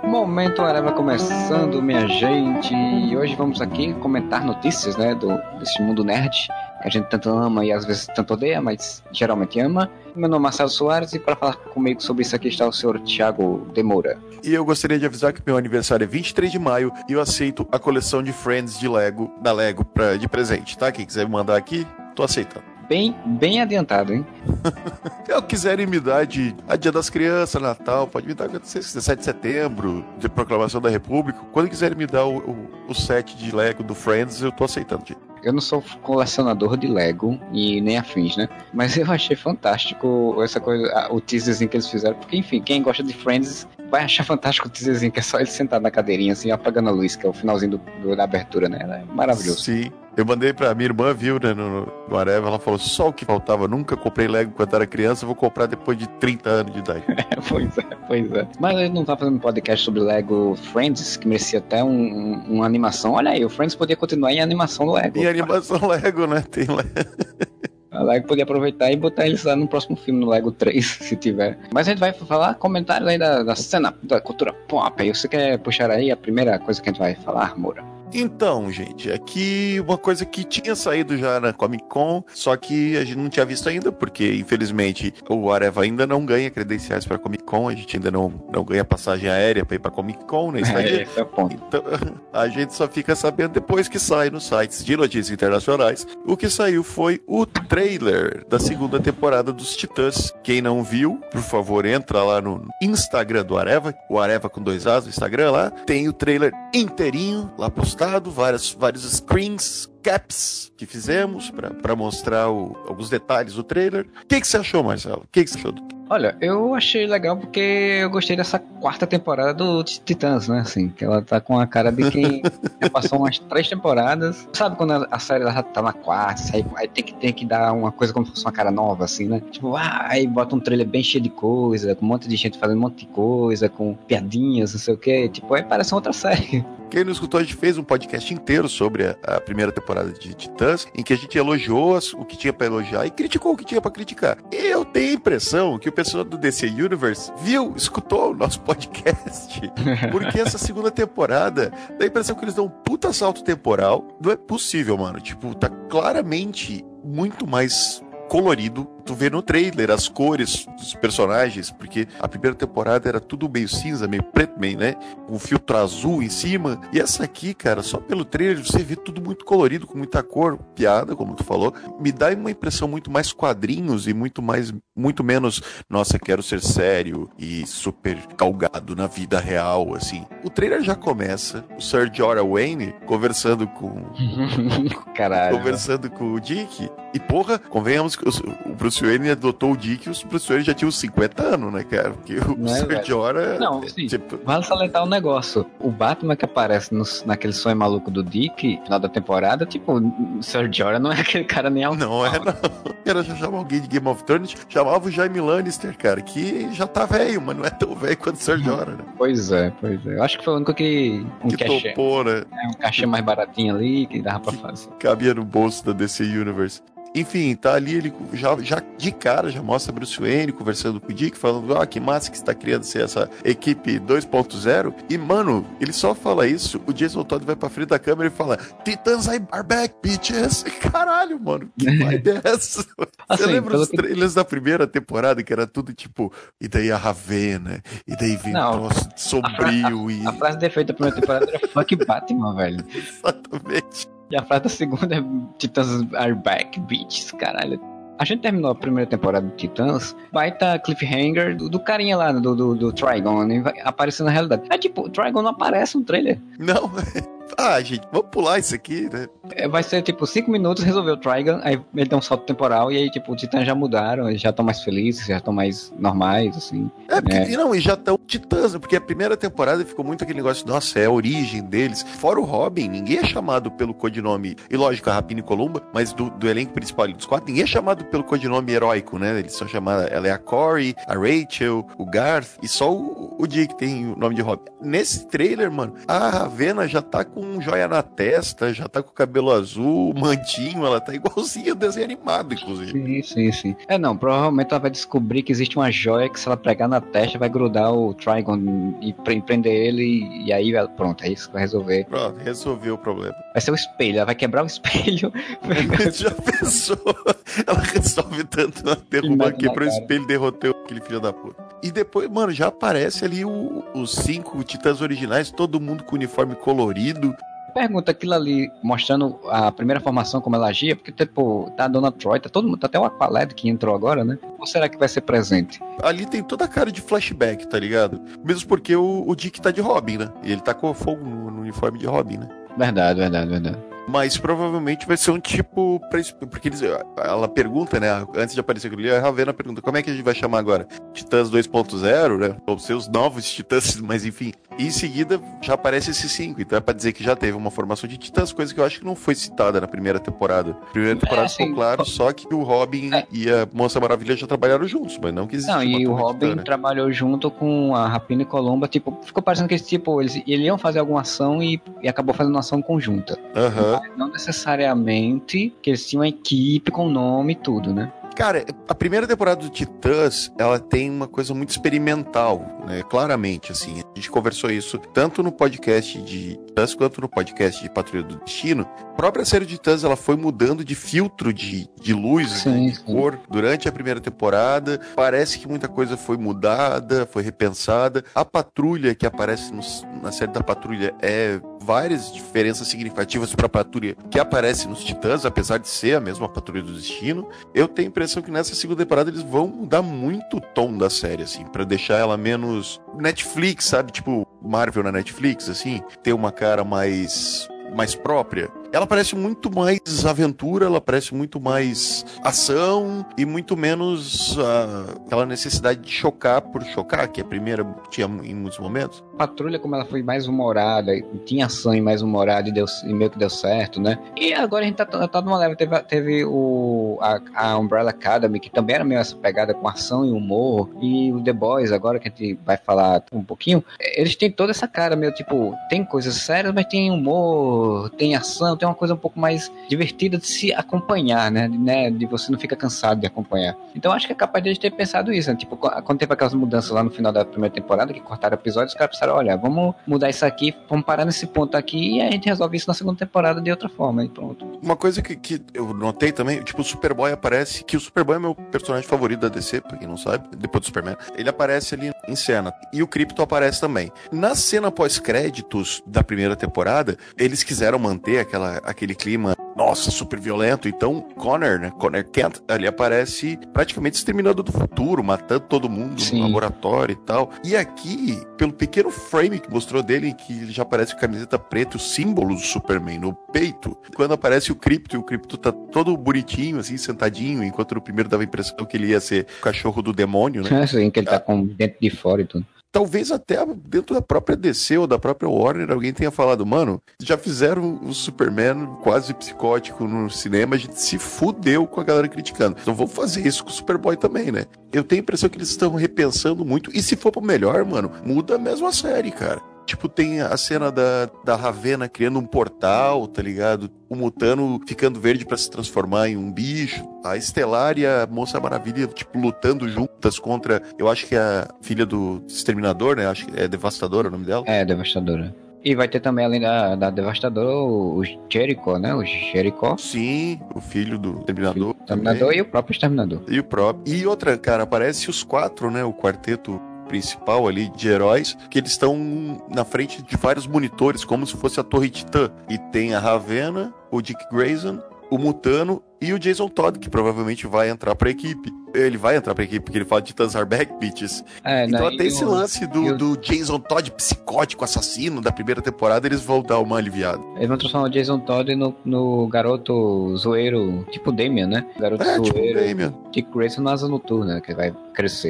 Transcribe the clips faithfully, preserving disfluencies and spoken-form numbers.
Momento Areva começando, minha gente, e hoje vamos aqui comentar notícias, né, do, desse mundo nerd, que a gente tanto ama e às vezes tanto odeia, mas geralmente ama. Meu nome é Marcelo Soares e para falar comigo sobre isso aqui está o senhor Thiago Demora. E eu gostaria de avisar que meu aniversário é vinte e três de maio e eu aceito a coleção de Friends de Lego, da Lego, pra, de presente, tá? Quem quiser me mandar aqui, tô aceitando. Bem, bem adiantado, hein? Se eu quiserem me dar de a Dia das Crianças, Natal, pode me dar dezessete de setembro, de Proclamação da República. Quando quiserem me dar o, o, o set de Lego do Friends, eu tô aceitando. Eu não sou colecionador de Lego e nem afins, né? Mas eu achei fantástico essa coisa, o teaserzinho que eles fizeram. Porque, enfim, quem gosta de Friends vai achar fantástico o teaserzinho, que é só ele sentado na cadeirinha, assim, apagando a luz, que é o finalzinho do, do, da abertura, né? É maravilhoso. Sim. Eu mandei pra minha irmã, viu, né, no, no Areva, ela falou, só o que faltava, nunca comprei Lego quando era criança, vou comprar depois de trinta anos de idade. Pois é, pois é. Mas ele não tá fazendo um podcast sobre Lego Friends, que merecia até um, um, uma animação. Olha aí, o Friends podia continuar em animação do Lego. Em animação Lego, né, tem Lego. A Lego podia aproveitar e botar eles lá no próximo filme, no Lego três, se tiver. Mas a gente vai falar comentários aí da, da cena da cultura pop. Aí você quer puxar aí a primeira coisa que a gente vai falar, Moura? Então, gente, aqui uma coisa que tinha saído já na Comic Con, só que a gente não tinha visto ainda, porque infelizmente o Areva ainda não ganha credenciais para Comic Con, a gente ainda não, não ganha passagem aérea para ir para Comic Con, né? É, esse é o ponto. Então, a gente só fica sabendo depois que sai nos sites de notícias internacionais. O que saiu foi o trailer da segunda temporada dos Titãs. Quem não viu, por favor, entra lá no Instagram do Areva, o Areva com dois As no Instagram lá, tem o trailer inteirinho lá postado, várias, vários screens, caps que fizemos para mostrar o, alguns detalhes do trailer. O que, que você achou, Marcelo? O que, que você achou do Olha, eu achei legal porque eu gostei dessa quarta temporada do Titãs, né? Assim, que ela tá com a cara de quem já passou umas três temporadas. Sabe quando a série ela já tá na quarta, aí, aí tem, que, tem que dar uma coisa como se fosse uma cara nova, assim, né? Tipo, ah, aí bota um trailer bem cheio de coisa, com um monte de gente fazendo um monte de coisa, com piadinhas, não sei o quê. Tipo, aí parece uma outra série. Quem não escutou, a gente fez um podcast inteiro sobre a, a primeira temporada de Titãs, em que a gente elogiou as, o que tinha pra elogiar e criticou o que tinha pra criticar. E eu tenho a impressão que o pessoal do D C Universe viu, escutou o nosso podcast, porque essa segunda temporada dá a impressão que eles dão um puta salto temporal. Não é possível, mano. Tipo, tá claramente muito mais colorido. Tu vê no trailer as cores dos personagens, porque a primeira temporada era tudo meio cinza, meio preto, meio, né? Com um filtro azul em cima. E essa aqui, cara, só pelo trailer você vê tudo muito colorido, com muita cor, piada, como tu falou. Me dá uma impressão muito mais quadrinhos e muito mais, muito menos, nossa, quero ser sério e super galgado na vida real, assim. O trailer já começa, o Sir Jorah Wayne conversando com... Caralho. Conversando com o Dick. E, porra, convenhamos que o Bruce Wayne adotou o Dick e o Bruce Wayne já tinha uns cinquenta anos, né, cara? Porque o não Sir é, Jorah... Não, sim. Tipo... Vale salientar um negócio. O Batman que aparece no, naquele sonho maluco do Dick, no final da temporada, tipo, o Sir Jorah não é aquele cara nem alto. Não é, não. O cara já chamava alguém de Game of Thrones, chamava o Jaime Lannister, cara, que já tá velho, mas não é tão velho quanto o Sir Jorah, né? Pois é, pois é. Eu acho que foi o único que... Um que cachê, topou, né? É, um cachê mais baratinho ali, que dava pra fazer. Cabia no bolso da D C Universe. Enfim, tá ali, ele já, já de cara já mostra Bruce Wayne conversando com o Dick, falando, ah, que massa que você tá criando ser essa equipe dois ponto zero. E, mano, ele só fala isso, o Jason Todd vai pra frente da câmera e fala, Titans are back, bitches. Caralho, mano, que vibe é essa? Assim, você lembra os que... trailers da primeira temporada, que era tudo tipo, e daí a Ravena, e daí vem um troço sombrio a e... A frase de efeito da primeira temporada era fuck Batman, velho. Exatamente. E a frase da segunda é Titans are back, bitches, caralho. A gente terminou a primeira temporada do Titãs, baita cliffhanger do, do carinha lá, do, do, do Trigon, né, aparecendo na realidade. É tipo, o Trigon não aparece no trailer. Não, ah, gente, vamos pular isso aqui, né? É, vai ser tipo cinco minutos, resolveu o Trigon, aí ele dá um salto temporal e aí tipo, os Titãs já mudaram, eles já estão mais felizes, já estão mais normais, assim. É, porque, né? não, e já estão Titãs, porque a primeira temporada ficou muito aquele negócio, nossa, é a origem deles. Fora o Robin, ninguém é chamado pelo codinome, e lógico, a Rapina e Columba, mas do, do elenco principal dos quatro, ninguém é chamado pelo codinome heróico, né? Eles são chamados, ela é a Corey, a Rachel, o Garth, e só o, o Dick tem o nome de Robin. Nesse trailer, mano, a Ravena já tá com um joia na testa, já tá com o cabelo azul, mantinho, ela tá igualzinha o desenho animado, inclusive. Sim, sim, sim. É, não, provavelmente ela vai descobrir que existe uma joia que se ela pegar na testa vai grudar o Trigon e prender ele e aí pronto, é isso que vai resolver. Pronto, resolveu o problema. Vai ser o espelho, ela vai quebrar o espelho. Já pensou? Ela resolve tanto, ela derruba, quebrou o espelho e derrotou aquele filho da puta. E depois, mano, já aparece ali o, os cinco titãs originais, todo mundo com uniforme colorido. Pergunta aquilo ali, mostrando a primeira formação, como ela agia, porque, tipo, tá a Dona Troy, tá todo mundo, tá até o Aqualad que entrou agora, né? Ou será que vai ser presente? Ali tem toda a cara de flashback, tá ligado? Mesmo porque o, o Dick tá de Robin, né? E ele tá com fogo no, no uniforme de Robin, né? Verdade, verdade, verdade. Mas provavelmente vai ser um tipo... Porque eles, ela pergunta, né? Antes de aparecer aquilo ali, a Ravena pergunta, como é que a gente vai chamar agora? Titãs dois ponto zero, né? Ou seus novos titãs, mas enfim. E em seguida já aparece esses cinco. Então é pra dizer que já teve uma formação de titãs, coisa que eu acho que não foi citada na primeira temporada. Na primeira temporada é, ficou claro, só que o Robin é. e a Moça Maravilha já trabalharam juntos, mas não que existe. Não, e o Robin titã, né? trabalhou junto com a Rapina e Columba, tipo, ficou parecendo que eles, tipo, eles, eles iam fazer alguma ação e, e acabou fazendo uma ação conjunta. Aham. Mas não necessariamente que eles tinham uma equipe com nome e tudo, né? Cara, a primeira temporada do Titãs, ela tem uma coisa muito experimental, né? Claramente, assim. A gente conversou isso tanto no podcast de Titãs quanto no podcast de Patrulha do Destino. A própria série de Titãs, ela foi mudando de filtro de, de luz, sim, de sim. cor, durante a primeira temporada. Parece que muita coisa foi mudada, foi repensada. A Patrulha que aparece no, na série da Patrulha é várias diferenças significativas para a Patrulha que aparece nos Titãs, apesar de ser a mesma Patrulha do Destino. Eu tenho a impressão que nessa segunda temporada eles vão mudar muito o tom da série, assim, pra deixar ela menos Netflix, sabe? Tipo, Marvel na Netflix, assim, ter uma cara mais... mais própria. Ela parece muito mais aventura, ela parece muito mais ação e muito menos uh, aquela necessidade de chocar por chocar, que a primeira tinha em muitos momentos. Patrulha, como ela foi mais humorada, tinha ação e mais humorada e, deu, e meio que deu certo, né? E agora a gente tá, tá numa leva, teve, teve o, a, a Umbrella Academy, que também era meio essa pegada com ação e humor, e o The Boys, agora que a gente vai falar um pouquinho, eles têm toda essa cara meio tipo, tem coisas sérias, mas tem humor, tem ação, tem uma coisa um pouco mais divertida de se acompanhar, né? De, né? de você não fica cansado de acompanhar. Então acho que é capaz de eles ter pensado isso, né? Tipo, quando teve aquelas mudanças lá no final da primeira temporada, que cortaram episódios, os caras pensaram, olha, vamos mudar isso aqui, vamos parar nesse ponto aqui e a gente resolve isso na segunda temporada de outra forma, e pronto. Uma coisa que, que eu notei também, tipo, o Superboy aparece, que o Superboy é meu personagem favorito da D C, pra quem não sabe, depois do Superman. Ele aparece ali em cena, e o Krypto aparece também. Na cena pós-créditos da primeira temporada, eles quiseram manter aquela, aquele clima, nossa, super violento, então Connor, né, Connor Kent, ali aparece praticamente exterminando do futuro, matando todo mundo Sim. no laboratório e tal. E aqui, pelo pequeno frame que mostrou dele, que ele já aparece com a camiseta preta, o símbolo do Superman no peito, quando aparece o Krypto, e o Krypto tá todo bonitinho, assim, sentadinho, enquanto no primeiro dava a impressão que ele ia ser o cachorro do demônio, né? É, sim, que ele tá com dentro de fora e tudo. Talvez até dentro da própria D C ou da própria Warner alguém tenha falado, mano, já fizeram o Superman quase psicótico no cinema, a gente se fudeu com a galera criticando. Então vamos fazer isso com o Superboy também, né? Eu tenho a impressão que eles estão repensando muito, e se for pro melhor, mano, muda mesmo a série, cara. Tipo, tem a cena da, da Ravena criando um portal, tá ligado? O Mutano ficando verde pra se transformar em um bicho. A Estelar e a Moça Maravilha, tipo, lutando juntas contra... Eu acho que é a filha do Exterminador, né? Acho que é Devastadora o nome dela. É, Devastadora. E vai ter também, além da, da Devastadora, o, o Jericho, né? O Jericho. Sim, o filho do Exterminador. O Exterminador e o próprio Exterminador. E o próprio. E outra, cara, aparece os quatro, né? O quarteto principal ali de heróis, que eles estão na frente de vários monitores, como se fosse a Torre Titã. E tem a Ravena, o Dick Grayson, o Mutano e o Jason Todd, que provavelmente vai entrar pra equipe. Ele vai entrar pra equipe, porque ele fala de Titãs are back, bitches. É, então não, até esse eu, lance do, eu... do Jason Todd psicótico, assassino da primeira temporada, eles vão dar uma aliviada. Eles vão transformar o Jason Todd no, no garoto zoeiro, tipo Damian, né? Garoto é, zoeiro. Tipo Damian. Dick Grayson na asa noturna, que vai crescer.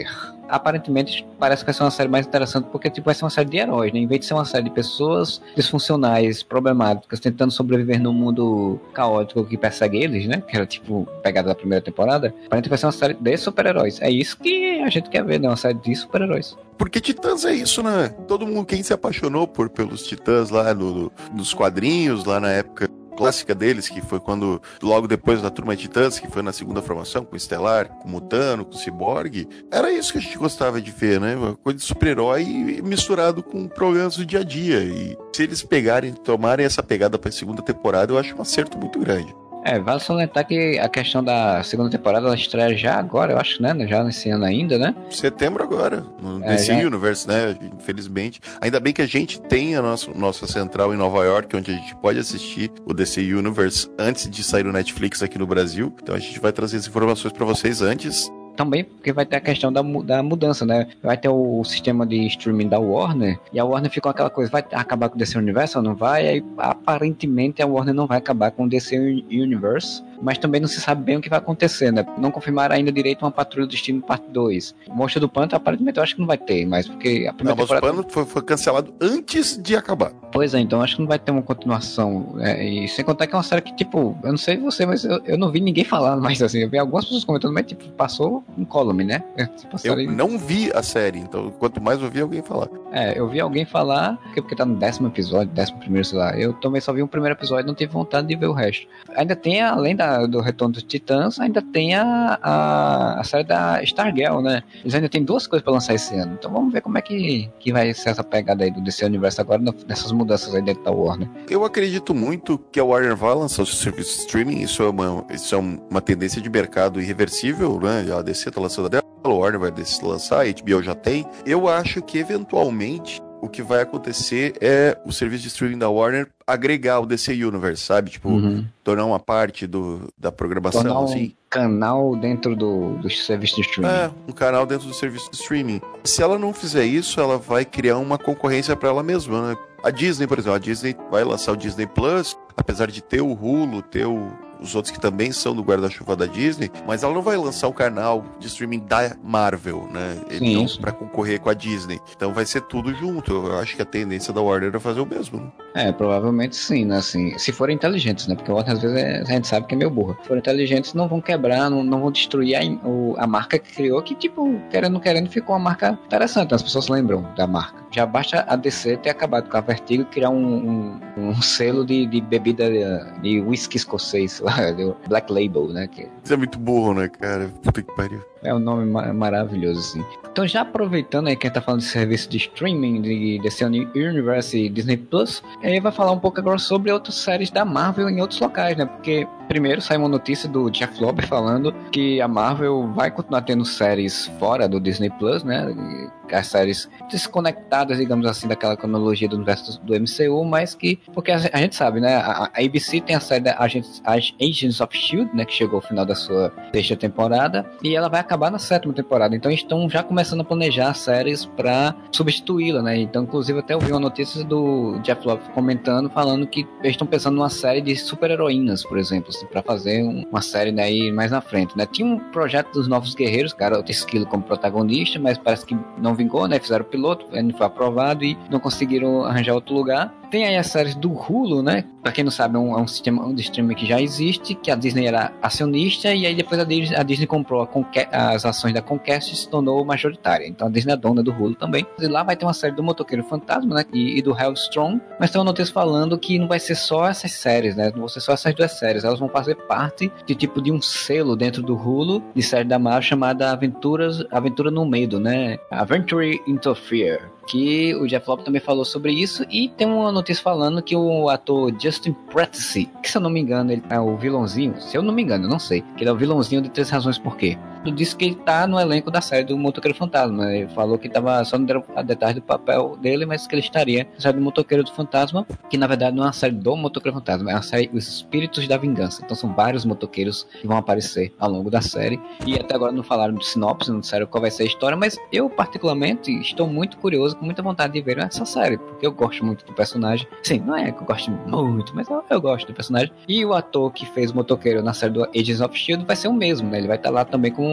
aparentemente parece que vai ser uma série mais interessante, porque tipo, vai ser uma série de heróis, né? Em vez de ser uma série de pessoas disfuncionais, problemáticas, tentando sobreviver num mundo caótico que persegue eles, né? Que era tipo pegada da primeira temporada, aparentemente vai ser uma série de super-heróis. É isso que a gente quer ver, né? Uma série de super-heróis. Porque Titãs é isso, né? Todo mundo, quem se apaixonou por, pelos Titãs lá no, no, nos quadrinhos, lá na época clássica deles, que foi quando, logo depois da Turma de Titãs, que foi na segunda formação, com o Estelar, com o Mutano, com o Ciborgue, era isso que a gente gostava de ver, né? Uma coisa de super-herói misturado com problemas do dia a dia. E se eles pegarem, tomarem essa pegada pra segunda temporada, eu acho um acerto muito grande. É, vale salientar que a questão da segunda temporada, ela estreia já agora, eu acho, né? Já nesse ano ainda, né? Setembro agora, no É, D C já... Universe, né? Infelizmente. Ainda bem que a gente tem a nossa, nossa central em Nova York, onde a gente pode assistir o D C Universe antes de sair no Netflix aqui no Brasil. Então a gente vai trazer as informações para vocês antes. Também porque vai ter a questão da, da mudança, né? Vai ter o, o sistema de streaming da Warner, e a Warner ficou aquela coisa, vai acabar com o D C Universe ou não vai? Aí aparentemente a Warner não vai acabar com o D C Universe, mas também não se sabe bem o que vai acontecer, né? Não confirmaram ainda direito uma Patrulha do Destino parte dois. O Monstro do Pântano, aparentemente eu acho que não vai ter, mas porque a primeira não, temporada... Mas o Pântano foi, foi cancelado antes de acabar. Pois é, então acho que não vai ter uma continuação. É, e sem contar que é uma série que, tipo, eu não sei você, mas eu, eu não vi ninguém falando mais assim. Eu vi algumas pessoas comentando, mas tipo, passou um column, né? Tipo, eu série... não vi a série, então quanto mais eu vi alguém falar. É, eu vi alguém falar, porque, porque tá no décimo episódio, décimo primeiro, sei lá. Eu também só vi o primeiro episódio, não tive vontade de ver o resto. Ainda tem, além da, do Retorno dos Titãs, ainda tem a, a, a série da Stargirl, né? Eles ainda tem duas coisas pra lançar esse ano. Então vamos ver como é que, que vai ser essa pegada aí do D C Universo agora, nessas mudanças aí dentro da Warner. Eu acredito muito que a Warner vai lançar o seu serviço de streaming. Isso é uma, isso é uma tendência de mercado irreversível, né? A D C tá lançando a dela, a Warner vai lançar, a H B O já tem. Eu acho que eventualmente o que vai acontecer é o serviço de streaming da Warner agregar o D C Universe, sabe? Tipo, uhum. tornar uma parte do, da programação, tornar um assim. canal dentro do, do serviço de streaming. É, um canal dentro do serviço de streaming. Se ela não fizer isso, ela vai criar uma concorrência para ela mesma, né? A Disney, por exemplo, a Disney vai lançar o Disney Plus, apesar de ter o Hulu, ter o, os outros que também são do guarda-chuva da Disney, mas ela não vai lançar um canal de streaming da Marvel, né? Então, para concorrer com a Disney. Então vai ser tudo junto. Eu acho que a tendência da Warner é fazer o mesmo, né? É, provavelmente sim, né? Assim, se forem inteligentes, né? Porque a Warner às vezes é, a gente sabe que é meio burra. Se forem inteligentes, não vão quebrar, não, não vão destruir a, o, a marca que criou, que tipo, querendo ou querendo, ficou uma marca interessante. As pessoas lembram da marca. Já basta a D C ter acabado com a Vertigo e criar um, um, um selo de, de bebida de, de whisky escocês, lá, de Black Label, né? Que... Isso é muito burro, né, cara? Puta que pariu. É um nome ma- maravilhoso, assim. Então, já aproveitando aí que a gente tá falando de serviço de streaming, de D C Universe e Disney Plus, aí vai falar um pouco agora sobre outras séries da Marvel em outros locais, né? Porque, primeiro, saiu uma notícia do Jeff Loeb falando que a Marvel vai continuar tendo séries fora do Disney Plus, né? As séries desconectadas, digamos assim, daquela cronologia do universo do M C U, mas que, porque a, a gente sabe, né? A, a A B C tem a série da Agents, Agents of Shield, né? Que chegou ao final da sua sexta temporada, e ela vai acabar na sétima temporada. Então, estão já começando a planejar séries para substituí-la, né? Então, inclusive, até ouvi uma notícia do Jeff Loeb comentando, falando que eles estão pensando numa série de super-heroínas, por exemplo, assim, para fazer um, uma série daí mais na frente, né? Tinha um projeto dos Novos Guerreiros, cara, o Esquilo como protagonista, mas parece que não vingou, né? Fizeram o piloto, ele não foi aprovado e não conseguiram arranjar outro lugar. Tem aí as séries do Hulu, né? Pra quem não sabe, é um, é um sistema de streaming que já existe, que a Disney era acionista, e aí depois a Disney, a Disney comprou a Conque- as ações da Comcast e se tornou majoritária. Então a Disney é dona do Hulu também. E lá vai ter uma série do Motoqueiro Fantasma, né? E, e do Hellstrom, mas tem uma notícia falando que não vai ser só essas séries, né? Não vão ser só essas duas séries, elas vão fazer parte de tipo de um selo dentro do Hulu, de série da Marvel chamada Aventuras, Aventura no Medo, né? Adventure into Fear. Que o Jeff Loeb também falou sobre isso, e tem uma notícia falando que o ator Justin Prentice, que se eu não me engano ele é o vilãozinho, se eu não me engano, eu não sei, que ele é o vilãozinho de Três Razões Por Quê. Ele disse que ele tá no elenco da série do Motoqueiro Fantasma, ele falou que tava, só não deram a detalhe do papel dele, mas que ele estaria na série do Motoqueiro do Fantasma, que na verdade não é uma série do Motoqueiro Fantasma, é uma série Os Espíritos da Vingança. Então são vários motoqueiros que vão aparecer ao longo da série, e até agora não falaram de sinopse, não disseram qual vai ser a história, mas eu particularmente estou muito curioso, com muita vontade de ver essa série, porque eu gosto muito do personagem. Sim, não é que eu gosto muito, mas eu, eu gosto do personagem. E o ator que fez o motoqueiro na série do Agents of Shield vai ser o mesmo, né? Ele vai estar lá também como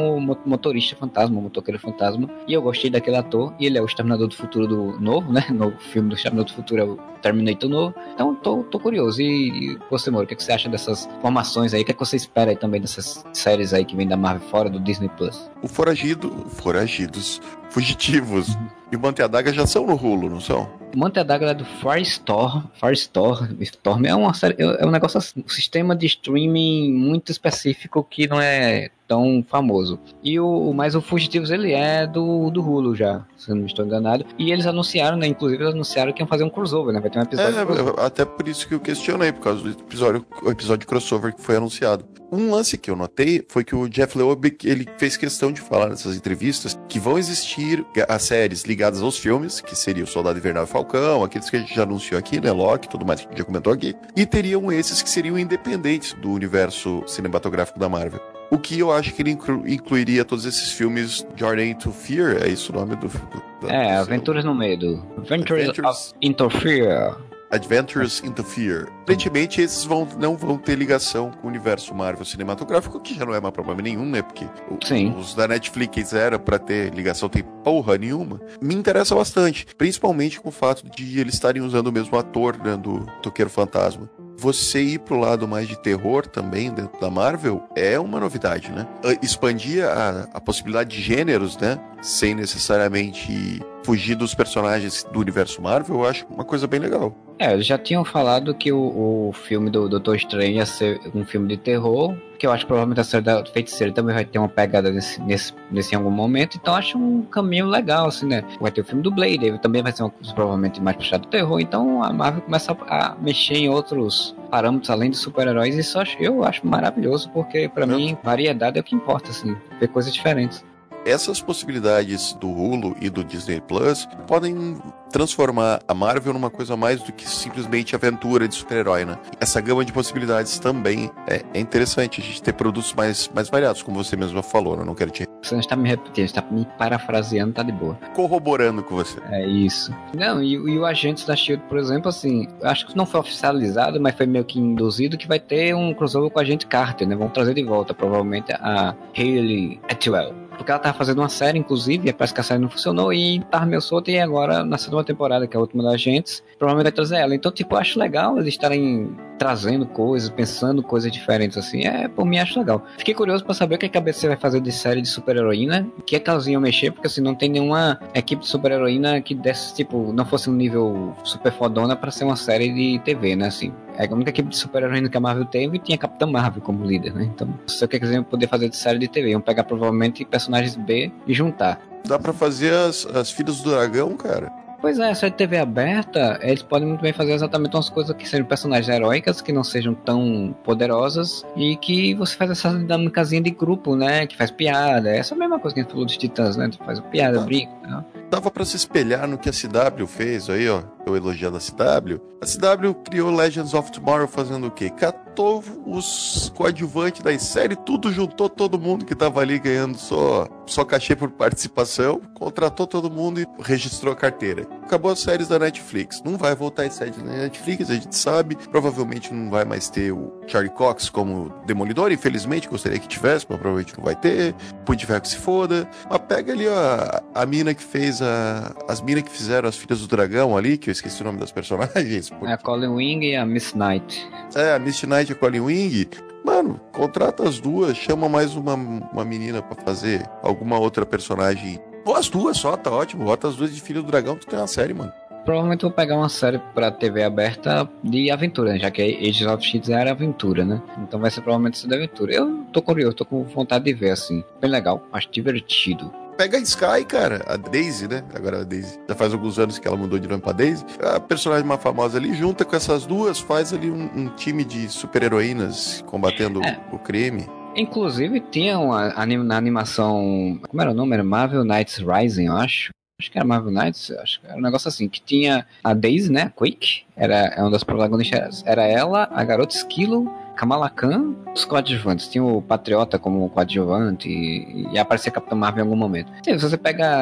como motorista fantasma, motoqueiro fantasma. E eu gostei daquele ator. E ele é o Exterminador do Futuro do novo, né? No filme do Exterminador do Futuro é o Terminator novo. Então tô, tô curioso. E, e você, Moro, o que, é que você acha dessas formações aí? O que, é que você espera aí também dessas séries aí que vem da Marvel fora do Disney Plus? O Foragido, Foragidos, Fugitivos e o Manteadaga já são no Hulu, não são? O Manteadaga é do Firestorm. Firestorm Storm é uma série, é um negócio assim, um sistema de streaming muito específico que não é tão famoso. E o, mas o Fugitivos ele é do, do Hulu já, se eu não estou enganado. E eles anunciaram, né? Inclusive eles anunciaram que iam fazer um crossover, né? Vai ter um episódio. É, até por isso que eu questionei, por causa do episódio, o episódio crossover que foi anunciado. Um lance que eu notei foi que o Jeff Loeb, ele fez questão de falar nessas entrevistas que vão existir as séries ligadas aos filmes, que seria o Soldado Invernal e Falcão, aqueles que a gente já anunciou aqui, né, Loki, tudo mais que a gente já comentou aqui, e teriam esses que seriam independentes do universo cinematográfico da Marvel. O que eu acho que ele inclu- incluiria todos esses filmes Journey into Fear, é isso o nome do filme? É, Aventuras no Medo. Adventures, Adventures into Fear. Adventures into Fear. Aparentemente, esses vão, não vão ter ligação com o universo Marvel cinematográfico, que já não é mais problema nenhum, né? Porque o, os da Netflix era pra ter ligação, tem porra nenhuma. Me interessa bastante, principalmente com o fato de eles estarem usando o mesmo ator, né, do Toqueiro Fantasma. Você ir pro lado mais de terror também dentro da Marvel é uma novidade, né? Expandir a, a possibilidade de gêneros, né? Sem necessariamente fugir dos personagens do universo Marvel, eu acho uma coisa bem legal. É, eles já tinham falado que o, o filme do Doutor Estranho ia ser um filme de terror, que eu acho que provavelmente a série da Feiticeira também vai ter uma pegada nesse, nesse, nesse em algum momento, então acho um caminho legal, assim, né? Vai ter o filme do Blade, ele também vai ser uma coisa provavelmente mais puxada do terror, então a Marvel começa a, a mexer em outros parâmetros além de super-heróis, e isso eu acho, eu acho maravilhoso, porque pra Não. mim, variedade é o que importa, assim, ver coisas diferentes. Essas possibilidades do Hulu e do Disney Plus podem transformar a Marvel numa coisa mais do que simplesmente aventura de super-herói, né? Essa gama de possibilidades também é, é interessante, a gente ter produtos mais, mais variados, como você mesmo falou, né? Eu não quero te... Você não está me repetindo, está me parafraseando, tá de boa. Corroborando com você. É isso. Não, e, e o Agentes da Shield, por exemplo, assim, acho que não foi oficializado, mas foi meio que induzido que vai ter um crossover com a Agente Carter, né? Vão trazer de volta, provavelmente, a Hayley Atwell. Porque ela tava fazendo uma série, inclusive, e parece que a série não funcionou e tava meio solta, e agora, na segunda temporada, que é a última da Agentes, provavelmente vai trazer ela. Então, tipo, eu acho legal eles estarem trazendo coisas, pensando coisas diferentes, assim. É, por mim, acho legal. Fiquei curioso pra saber o que a C B C vai fazer de série de super-heroína, o que é que elas iam mexer, porque, assim, não tem nenhuma equipe de super-heroína que desse, tipo, não fosse um nível super fodona pra ser uma série de T V, né, assim. É a única equipe de super-heroína que a Marvel teve e tinha a Capitã Marvel como líder, né? Então, não sei o que eles iam poder fazer de série de T V. Iam pegar, provavelmente, personagens B e juntar. Dá pra fazer as, as Filhas do Dragão, cara? Pois é, se a T V aberta, eles podem muito bem fazer exatamente umas coisas que sejam personagens heróicas, que não sejam tão poderosas, e que você faz essa dinâmicazinha de grupo, né? Que faz piada. Essa é a mesma coisa que a gente falou dos Titãs, né? Faz piada, ah, brinca, né? Dava pra se espelhar no que a C W fez aí, ó. Eu elogiando a C W. A C W criou Legends of Tomorrow fazendo o quê? Catou os coadjuvantes da série, tudo juntou todo mundo que tava ali ganhando só, só cachê por participação, contratou todo mundo e registrou a carteira. Acabou as séries da Netflix. Não vai voltar as séries da Netflix, a gente sabe. Provavelmente não vai mais ter o Charlie Cox como Demolidor, infelizmente, gostaria que tivesse, mas provavelmente não vai ter. Punho que se foda. Mas pega ali, ó, a, a mina que fez a... As minas que fizeram as Filhas do Dragão ali, que eu esqueci o nome das personagens. Porque... É a Colin Wing e a Miss Knight. É, a Miss Knight e a Colin Wing. Mano, contrata as duas, chama mais uma, uma menina pra fazer alguma outra personagem. Ou as duas só, tá ótimo. Bota as duas de Filho do Dragão, tu tem uma série, mano. Provavelmente vou pegar uma série pra T V aberta de aventura, já que Agents of Shield era aventura, né? Então vai ser provavelmente isso de aventura. Eu tô curioso, tô com vontade de ver, assim. Bem legal, acho divertido. Pega a Sky, cara, a Daisy, né? Agora a Daisy, já faz alguns anos que ela mudou de nome pra Daisy. A personagem mais famosa ali, junta com essas duas, faz ali um, um time de super-heroínas combatendo é. o crime. Inclusive tinha uma, na animação, como era o nome? Era Marvel Knights Rising, eu acho. Acho que era Marvel Knights, acho que era um negócio assim, que tinha a Daisy, né, Quake, era uma das protagonistas, era ela, a Garota Esquilo, Kamala Khan, os coadjuvantes. Tinha o Patriota como coadjuvante e, e aparecia Capitão Marvel em algum momento. Sim, se você pega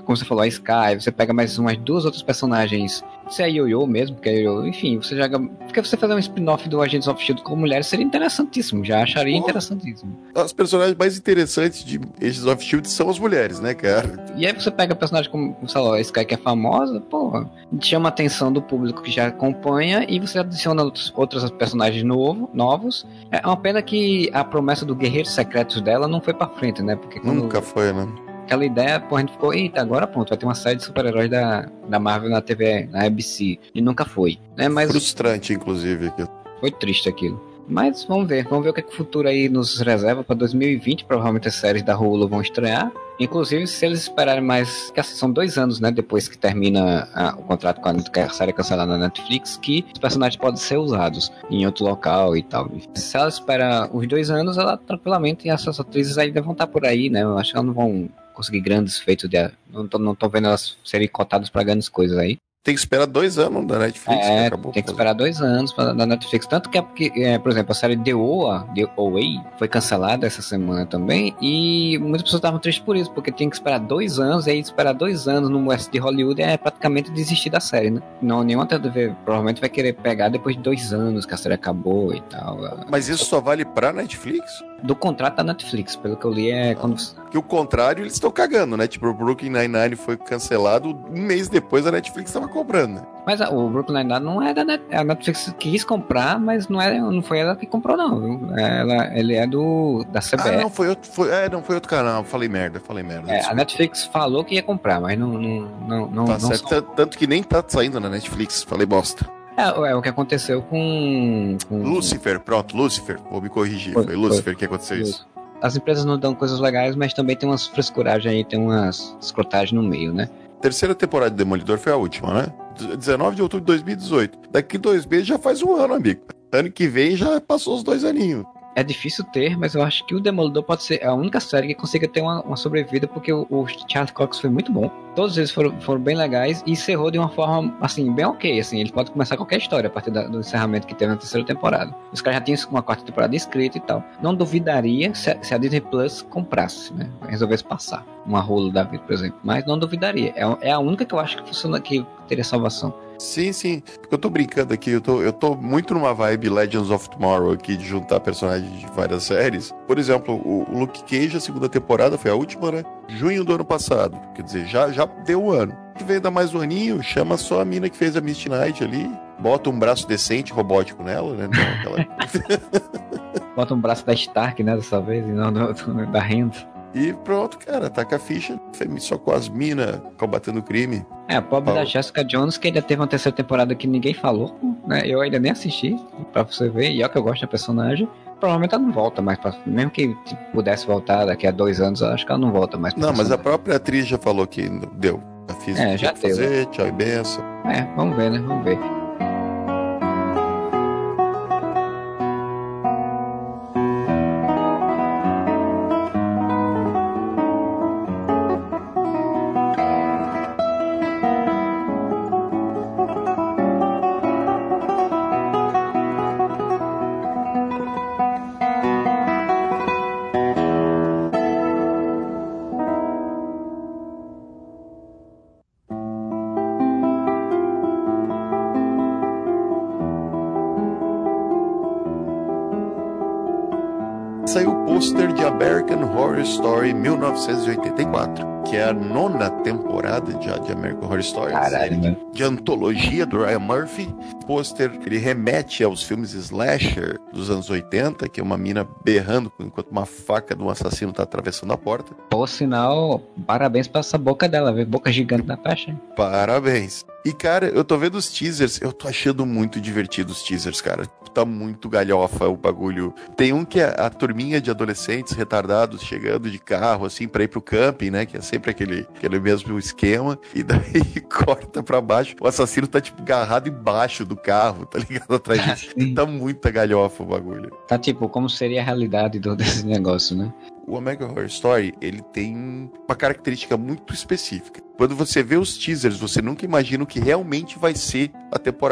como você falou, a Sky, você pega mais umas duas outras personagens, se é a Yo-Yo mesmo, porque é Yo-Yo, enfim, você joga, porque você fazer um spin-off do Agents of Shield com mulheres seria interessantíssimo, já acharia Pô, interessantíssimo. As personagens mais interessantes de Agents of Shield são as mulheres, né, cara? E aí você pega personagem como, sei lá, a Sky, que é famosa, pô, chama a atenção do público que já acompanha e você adiciona outros, outros personagens novo, novos. É uma pena que a promessa do Guerreiros Secretos dela não foi pra frente, né? Porque quando... Nunca foi, né? Aquela ideia, pô, a gente ficou, eita, agora pronto, vai ter uma série de super-heróis da, da Marvel na T V, na A B C. E nunca foi, né? Mas frustrante, inclusive, aquilo. Foi triste aquilo. Mas vamos ver, vamos ver o que, é que o futuro aí nos reserva para dois mil e vinte. Provavelmente as séries da Hulu vão estrear. Inclusive, se eles esperarem mais, que assim, são dois anos, né, depois que termina a, o contrato com a, a série cancelada na Netflix, que os personagens podem ser usados em outro local e tal. Se ela espera os dois anos, ela tranquilamente, essas atrizes ainda vão estar por aí, né? Eu acho que elas não vão conseguir grandes feitos de... Não tô, não tô vendo elas serem cotadas para grandes coisas aí. Tem que esperar dois anos da Netflix. É, que acabou tem que esperar dois anos pra, da Netflix. Tanto que, é porque, é, por exemplo, a série The O A, The O A foi cancelada essa semana também. E muitas pessoas estavam tristes por isso, porque tem que esperar dois anos. E aí esperar dois anos no West de Hollywood é praticamente desistir da série, né? Não, nenhuma T V provavelmente vai querer pegar depois de dois anos que a série acabou e tal. Mas isso só vale pra Netflix? Do contrato da Netflix, pelo que eu li, é quando... Que o contrário, eles estão cagando, né? Tipo, o Brooklyn Nine-Nine foi cancelado, um mês depois a Netflix estava comprando, né? Mas a, o Brooklyn Nine-Nine não é da Netflix, a Netflix quis comprar, mas não, é, não foi ela que comprou, não, viu? Ela, ele é do, da C B S. Ah, não, foi outro, foi, é, não, foi outro canal, falei merda, falei merda. É, a Netflix falou que ia comprar, mas não... não, não, não tá não certo, só... tanto que nem tá saindo na Netflix, falei bosta. É, é o que aconteceu com... com... Lucifer, pronto, Lucifer, vou me corrigir, foi, foi Lucifer foi. que aconteceu isso. As empresas não dão coisas legais, mas também tem umas frescuragens aí, tem umas escrotagens no meio, né? Terceira temporada de Demolidor foi a última, né? dezenove de outubro de dois mil e dezoito. Daqui dois meses já faz um ano, amigo. Ano que vem já passou os dois aninhos. É difícil ter, mas eu acho que o Demolidor pode ser a única série que consiga ter uma, uma sobrevida, porque o, o Charlie Cox foi muito bom. Todos eles foram, foram bem legais e encerrou de uma forma, assim, bem ok, assim. Ele pode começar qualquer história a partir da, do encerramento que teve na terceira temporada. Os caras já tinham uma quarta temporada escrita e tal. Não duvidaria se a, se a Disney Plus comprasse, né? Resolvesse passar uma Hulu da vida, por exemplo. Mas não duvidaria. É, é a única que eu acho que funciona, que teria salvação. Sim, sim. Porque eu tô brincando aqui, eu tô, eu tô muito numa vibe Legends of Tomorrow aqui, de juntar personagens de várias séries. Por exemplo, o, o Luke Cage, a segunda temporada, foi a última, né? Junho do ano passado. Quer dizer, já, já deu um ano. Que veio dar mais um aninho, chama só a mina que fez a Misty Knight ali, bota um braço decente, robótico nela, né? Não, aquela... Bota um braço da Stark, né, dessa vez, e não do, do, da Renda. E pronto, cara, taca a ficha, só com as minas combatendo o crime. É, a pobre Paulo. Da Jessica Jones, que ainda teve uma terceira temporada que ninguém falou, né? Eu ainda nem assisti, pra você ver, e é o que eu gosto da personagem. Provavelmente ela não volta mais pra... Mesmo que tipo, pudesse voltar daqui a dois anos, eu acho que ela não volta mais pra Não, personagem. Mas a própria atriz já falou que deu. A fiz é, já deu. Fazer, tchau e benção. É, vamos ver, né? Vamos ver. Saiu o pôster de American Horror Story mil novecentos e oitenta e quatro, que é a nona temporada de, de American Horror Story, Caralho, série de antologia do Ryan Murphy. O pôster, ele remete aos filmes slasher dos anos oitenta, que é uma mina berrando enquanto uma faca de um assassino tá atravessando a porta. Por sinal, parabéns pra essa boca dela, ver boca gigante na faixa. Parabéns. E, cara, eu tô vendo os teasers, eu tô achando muito divertido os teasers, cara. Tá muito galhofa o bagulho. Tem um que é a turminha de adolescentes retardados chegando de carro, assim, pra ir pro camping, né? Que é sempre aquele, aquele mesmo esquema. E daí corta pra baixo. O assassino tá, tipo, agarrado embaixo do carro, tá ligado? Atrás disso. Tá muita galhofa o bagulho. Tá, tipo, como seria a realidade do, desse negócio, né? O American Horror Story, ele tem uma característica muito específica. Quando você vê os teasers, você nunca imagina o que realmente vai ser a temporada.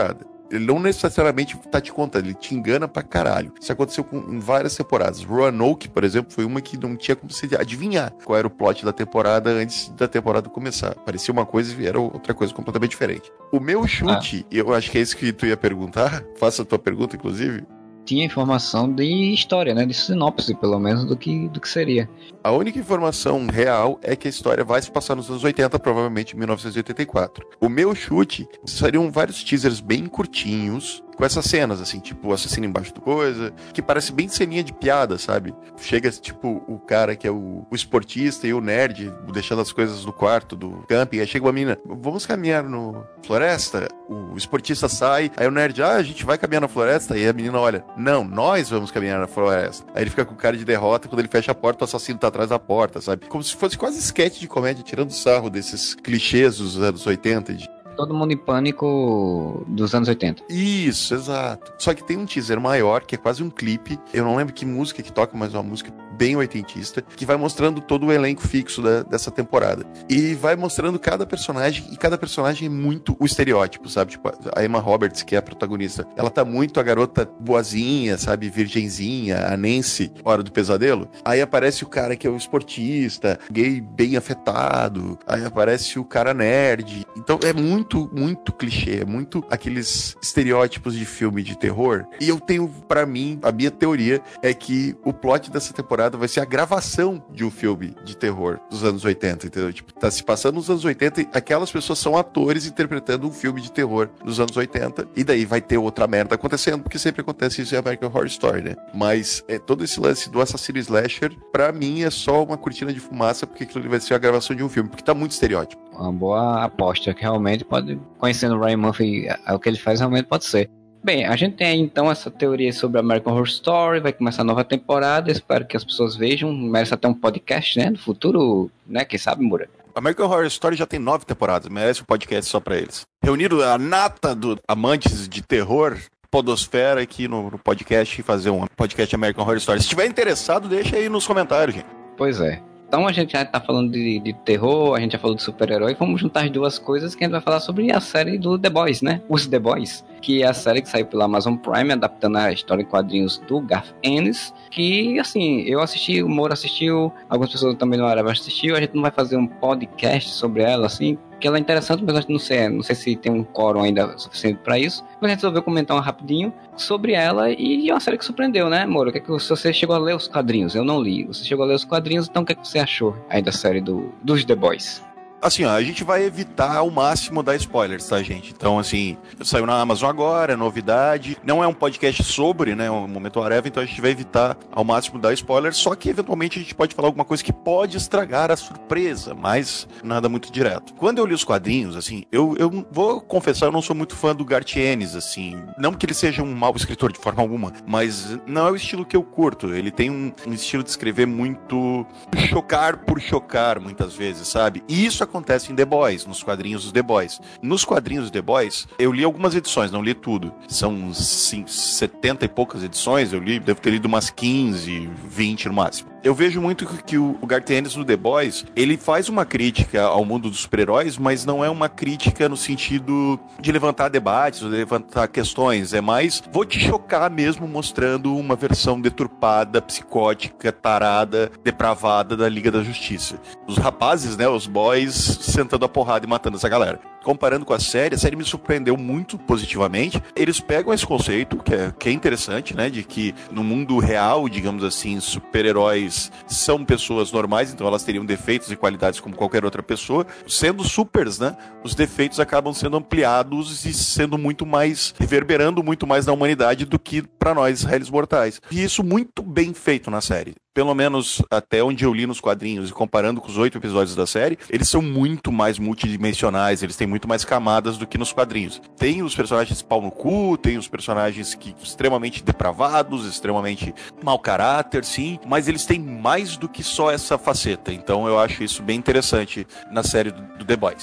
Ele não necessariamente tá te contando, ele te engana pra caralho. Isso aconteceu com, em várias temporadas. Roanoke, por exemplo, foi uma que não tinha como você adivinhar qual era o plot da temporada antes da temporada começar. Parecia uma coisa e era outra coisa completamente diferente. O meu chute, ah. eu acho que é isso que tu ia perguntar, faça a tua pergunta, inclusive. Tinha informação de história, né? De sinopse, pelo menos, do que, do que seria. A única informação real é que a história vai se passar nos anos oitenta, provavelmente em mil novecentos e oitenta e quatro. O meu chute seriam vários teasers bem curtinhos, com essas cenas, assim, tipo, o assassino embaixo do coisa, que parece bem ceninha de piada, sabe? Chega, tipo, o cara que é o, o esportista e o nerd, deixando as coisas no quarto do camping, aí chega uma menina, vamos caminhar no floresta? O esportista sai, aí o nerd, ah, a gente vai caminhar na floresta? Aí a menina olha, não, nós vamos caminhar na floresta. Aí ele fica com cara de derrota, quando ele fecha a porta, o assassino tá atrás da porta, sabe? Como se fosse quase sketch de comédia, tirando sarro desses clichês dos anos oitenta, de Todo Mundo em Pânico dos anos oitenta. Isso, exato. Só que tem um teaser maior, que é quase um clipe. Eu não lembro que música que toca, mas é uma música bem oitentista, que vai mostrando todo o elenco fixo da, dessa temporada. E vai mostrando cada personagem, e cada personagem é muito o estereótipo, sabe? Tipo, a Emma Roberts, que é a protagonista, ela tá muito a garota boazinha, sabe? Virgenzinha, a Nancy, Hora do Pesadelo. Aí aparece o cara que é o esportista, gay bem afetado. Aí aparece o cara nerd. Então é muito, muito clichê, é muito aqueles estereótipos de filme de terror. E eu tenho, pra mim, a minha teoria é que o plot dessa temporada vai ser a gravação de um filme de terror dos anos oitenta, entendeu? Tipo, tá se passando nos anos oitenta e aquelas pessoas são atores interpretando um filme de terror nos anos oitenta, e daí vai ter outra merda acontecendo, porque sempre acontece isso em American Horror Story, né? Mas é, todo esse lance do assassino slasher, pra mim, é só uma cortina de fumaça, porque aquilo ali vai ser a gravação de um filme, porque tá muito estereótipo. Uma boa aposta, que realmente pode, conhecendo o Ryan Murphy, o que ele faz realmente pode ser. Bem, a gente tem aí então essa teoria sobre American Horror Story, vai começar a nova temporada, espero que as pessoas vejam, merece até um podcast, né, no futuro, né, quem sabe, Moura? American Horror Story já tem nove temporadas, merece um podcast só pra eles. Reuniram a nata dos amantes de terror, podosfera aqui no, no podcast e fazer um podcast American Horror Story. Se estiver interessado, deixa aí nos comentários, gente. Pois é. Então a gente já tá falando de, de terror, a gente já falou de super-herói, vamos juntar as duas coisas que a gente vai falar sobre a série do The Boys, né? Os The Boys, que é a série que saiu pela Amazon Prime, adaptando a história em quadrinhos do Garth Ennis, que, assim, eu assisti, o Moura assistiu, algumas pessoas também no Areva assistiu, a gente não vai fazer um podcast sobre ela, assim, que ela é interessante, mas eu não sei, não sei se tem um quórum ainda suficiente pra isso. Mas a gente resolveu comentar um rapidinho sobre ela, e é uma série que surpreendeu, né, Moura? Que é que, se você chegou a ler os quadrinhos, eu não li. Você chegou a ler os quadrinhos, então o que, é que você achou aí da série do, dos The Boys? Assim, ó, a gente vai evitar ao máximo dar spoilers, tá, gente? Então, assim, saiu na Amazon agora, é novidade. Não é um podcast sobre, né, um Momento Areva, então a gente vai evitar ao máximo dar spoilers, só que eventualmente a gente pode falar alguma coisa que pode estragar a surpresa, mas nada muito direto. Quando eu li os quadrinhos, assim, eu, eu vou confessar, eu não sou muito fã do Garth Ennis, assim, não porque ele seja um mau escritor de forma alguma, mas não é o estilo que eu curto. Ele tem um, um estilo de escrever muito chocar por chocar, muitas vezes, sabe? E isso acontece em The Boys, nos quadrinhos dos The Boys. Nos quadrinhos dos The Boys, eu li algumas edições, não li tudo. São sim, setenta e poucas edições, eu li, devo ter lido umas quinze, vinte no máximo. Eu vejo muito que o Garth Ennis no The Boys, ele faz uma crítica ao mundo dos super-heróis, mas não é uma crítica no sentido de levantar debates, ou de levantar questões. É mais, vou te chocar mesmo mostrando uma versão deturpada, psicótica, tarada, depravada da Liga da Justiça. Os rapazes, né, os boys, sentando a porrada e matando essa galera. Comparando com a série, a série me surpreendeu muito positivamente. Eles pegam esse conceito, que é, que é interessante, né, de que no mundo real, digamos assim, super-heróis são pessoas normais, então elas teriam defeitos e qualidades como qualquer outra pessoa. Sendo supers, né, os defeitos acabam sendo ampliados e sendo muito mais, reverberando muito mais na humanidade do que para nós, réis mortais. E isso muito bem feito na série. Pelo menos até onde eu li nos quadrinhos e comparando com os oito episódios da série, eles são muito mais multidimensionais, eles têm muito mais camadas do que nos quadrinhos. Tem os personagens pau no cu, tem os personagens que extremamente depravados, extremamente mau caráter, sim, mas eles têm mais do que só essa faceta. Então eu acho isso bem interessante na série do The Boys.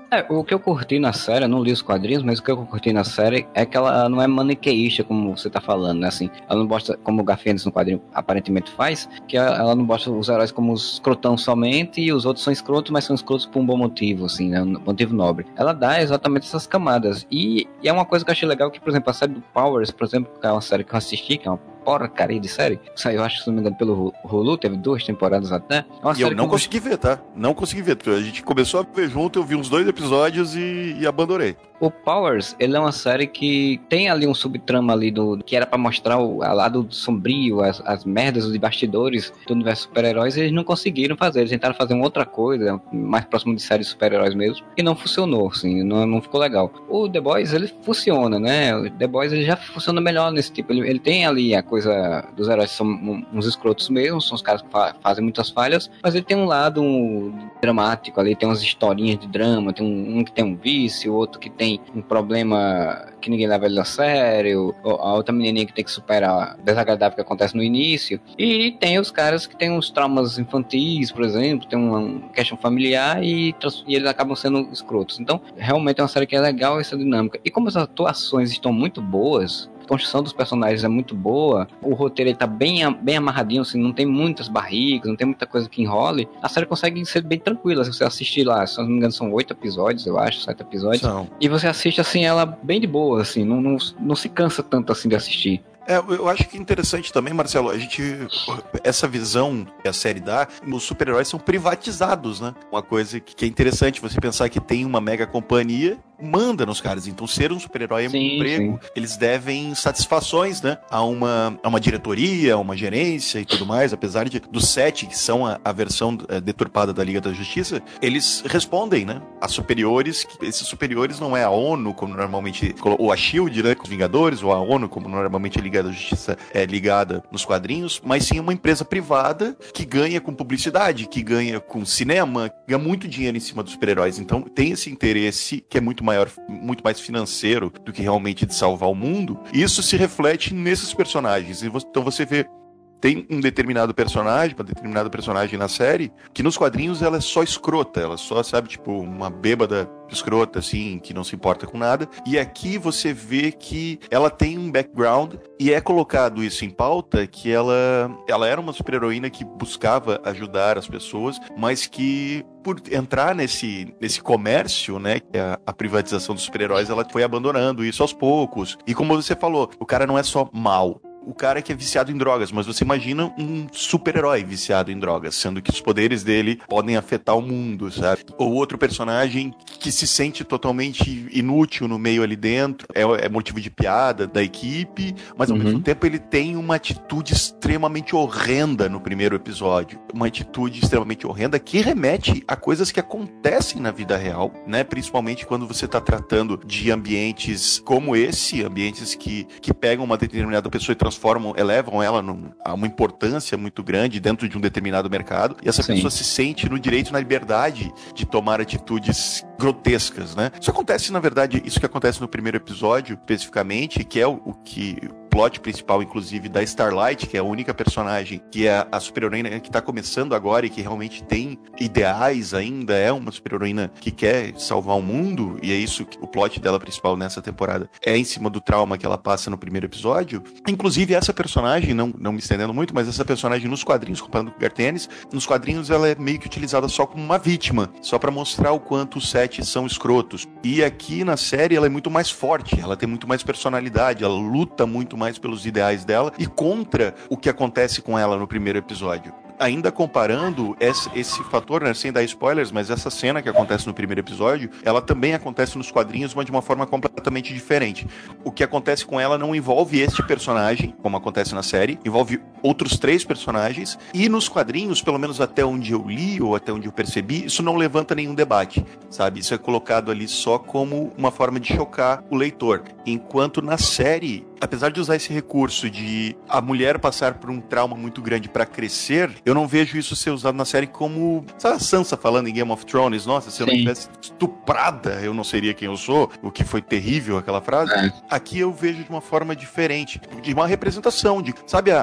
É, o que eu curti na série, eu não li os quadrinhos, mas o que eu curti na série é que ela não é maniqueísta, como você tá falando, né? Assim, ela não mostra, como o Garfienes no quadrinho aparentemente faz, que ela não mostra os heróis como os escrotão somente e os outros são escrotos, mas são escrotos por um bom motivo, assim, né? Um motivo nobre. Ela dá exatamente essas camadas. E, e é uma coisa que eu achei legal que, por exemplo, a série do Powers, por exemplo, que é uma série que eu assisti, que é uma porcaria de série, saiu, acho que se não me engano, pelo Hulu, teve duas temporadas até. É uma e série eu não que consegui ver, tá? Não consegui ver. A gente começou a ver junto, eu vi uns dois episódios e, e abandonei. O Powers, ele é uma série que tem ali um subtrama ali do que era pra mostrar o a lado sombrio, as, as merdas de bastidores do universo super-heróis, e eles não conseguiram fazer. Eles tentaram fazer uma outra coisa, mais próximo de séries de super-heróis mesmo, e não funcionou, assim, não, não ficou legal. O The Boys, ele funciona, né? O The Boys, ele já funciona melhor nesse tipo. Ele, ele tem ali a coisa dos heróis, são uns escrotos mesmo, são os caras que fa fazem muitas falhas, mas ele tem um lado um, dramático ali, tem umas historinhas de drama, tem um, um que tem um vício, outro que tem um problema que ninguém leva ele a sério, a outra menininha que tem que superar o desagradável que acontece no início, e tem os caras que tem uns traumas infantis, por exemplo, tem uma questão familiar e, e eles acabam sendo escrotos. Então, realmente é uma série que é legal essa dinâmica. E como as atuações estão muito boas, a construção dos personagens é muito boa, o roteiro ele tá bem, bem amarradinho, assim, não tem muitas barrigas, não tem muita coisa que enrole, a série consegue ser bem tranquila. Se você assistir lá, se não me engano são oito episódios, eu acho, sete episódios, São. E você assiste assim ela bem de boa, assim, não, não, não se cansa tanto assim de assistir. É, eu acho que é interessante também, Marcelo, a gente, essa visão que a série dá, os super-heróis são privatizados, né? Uma coisa que é interessante, você pensar que tem uma mega companhia, manda nos caras, então ser um super-herói é um Sim, emprego, sim. eles devem satisfações, né? A uma, a uma diretoria, a uma gerência e tudo mais, apesar de dos sete, que são a, a versão é, deturpada da Liga da Justiça, eles respondem, né? A superiores, que esses superiores não é a ONU, como normalmente, ou a SHIELD, né? Com os Vingadores, ou a ONU, como normalmente a Liga da Justiça é ligada nos quadrinhos, mas sim uma empresa privada que ganha com publicidade, que ganha com cinema, ganha muito dinheiro em cima dos super-heróis. Então tem esse interesse que é muito maior, muito mais financeiro do que realmente de salvar o mundo. E isso se reflete nesses personagens. Então você vê, tem um determinado personagem, uma determinada personagem na série, que nos quadrinhos ela é só escrota, ela só, sabe, tipo, uma bêbada escrota, assim, que não se importa com nada. E aqui você vê que ela tem um background e é colocado isso em pauta, que ela, ela era uma super-heroína que buscava ajudar as pessoas, mas que por entrar nesse, nesse comércio, né, que é a, a privatização dos super-heróis, ela foi abandonando isso aos poucos. E como você falou, o cara não é só mau. O cara que é viciado em drogas, mas você imagina um super-herói viciado em drogas, sendo que os poderes dele podem afetar o mundo, sabe? Ou outro personagem que se sente totalmente inútil no meio ali dentro, é, é motivo de piada da equipe, mas ao Uhum. mesmo tempo ele tem uma atitude extremamente horrenda no primeiro episódio. Uma atitude extremamente horrenda que remete a coisas que acontecem na vida real, né? Principalmente quando você está tratando de ambientes como esse, ambientes que, que pegam uma determinada pessoa e transformam, elevam ela num, a uma importância muito grande dentro de um determinado mercado, e essa Sim. pessoa se sente no direito, na liberdade de tomar atitudes grotescas, né? Isso acontece, na verdade, isso que acontece no primeiro episódio, especificamente, que é o, o que... plot principal, inclusive, da Starlight, que é a única personagem que é a super-heroína que tá começando agora e que realmente tem ideais ainda, é uma super-heroína que quer salvar o mundo, e é isso que o plot dela principal nessa temporada é em cima do trauma que ela passa no primeiro episódio. Inclusive, essa personagem, não, não me estendendo muito, mas essa personagem nos quadrinhos, comparando com o Garth-Ennis, nos quadrinhos ela é meio que utilizada só como uma vítima, só pra mostrar o quanto os sete são escrotos. E aqui na série ela é muito mais forte, ela tem muito mais personalidade, ela luta muito mais pelos ideais dela e contra o que acontece com ela no primeiro episódio. Ainda comparando esse, esse fator, né, sem dar spoilers, mas essa cena que acontece no primeiro episódio, ela também acontece nos quadrinhos, mas de uma forma completamente diferente. O que acontece com ela não envolve este personagem, como acontece na série, envolve outros três personagens, e nos quadrinhos, pelo menos até onde eu li, ou até onde eu percebi, isso não levanta nenhum debate, sabe? Isso é colocado ali só como uma forma de chocar o leitor. Enquanto na série, apesar de usar esse recurso de a mulher passar por um trauma muito grande para crescer, eu não vejo isso ser usado na série como, sabe, a Sansa falando em Game of Thrones, nossa, se eu não Sim. tivesse estuprada, eu não seria quem eu sou, o que foi terrível aquela frase. É. Aqui eu vejo de uma forma diferente, de uma representação, de, sabe, a, a,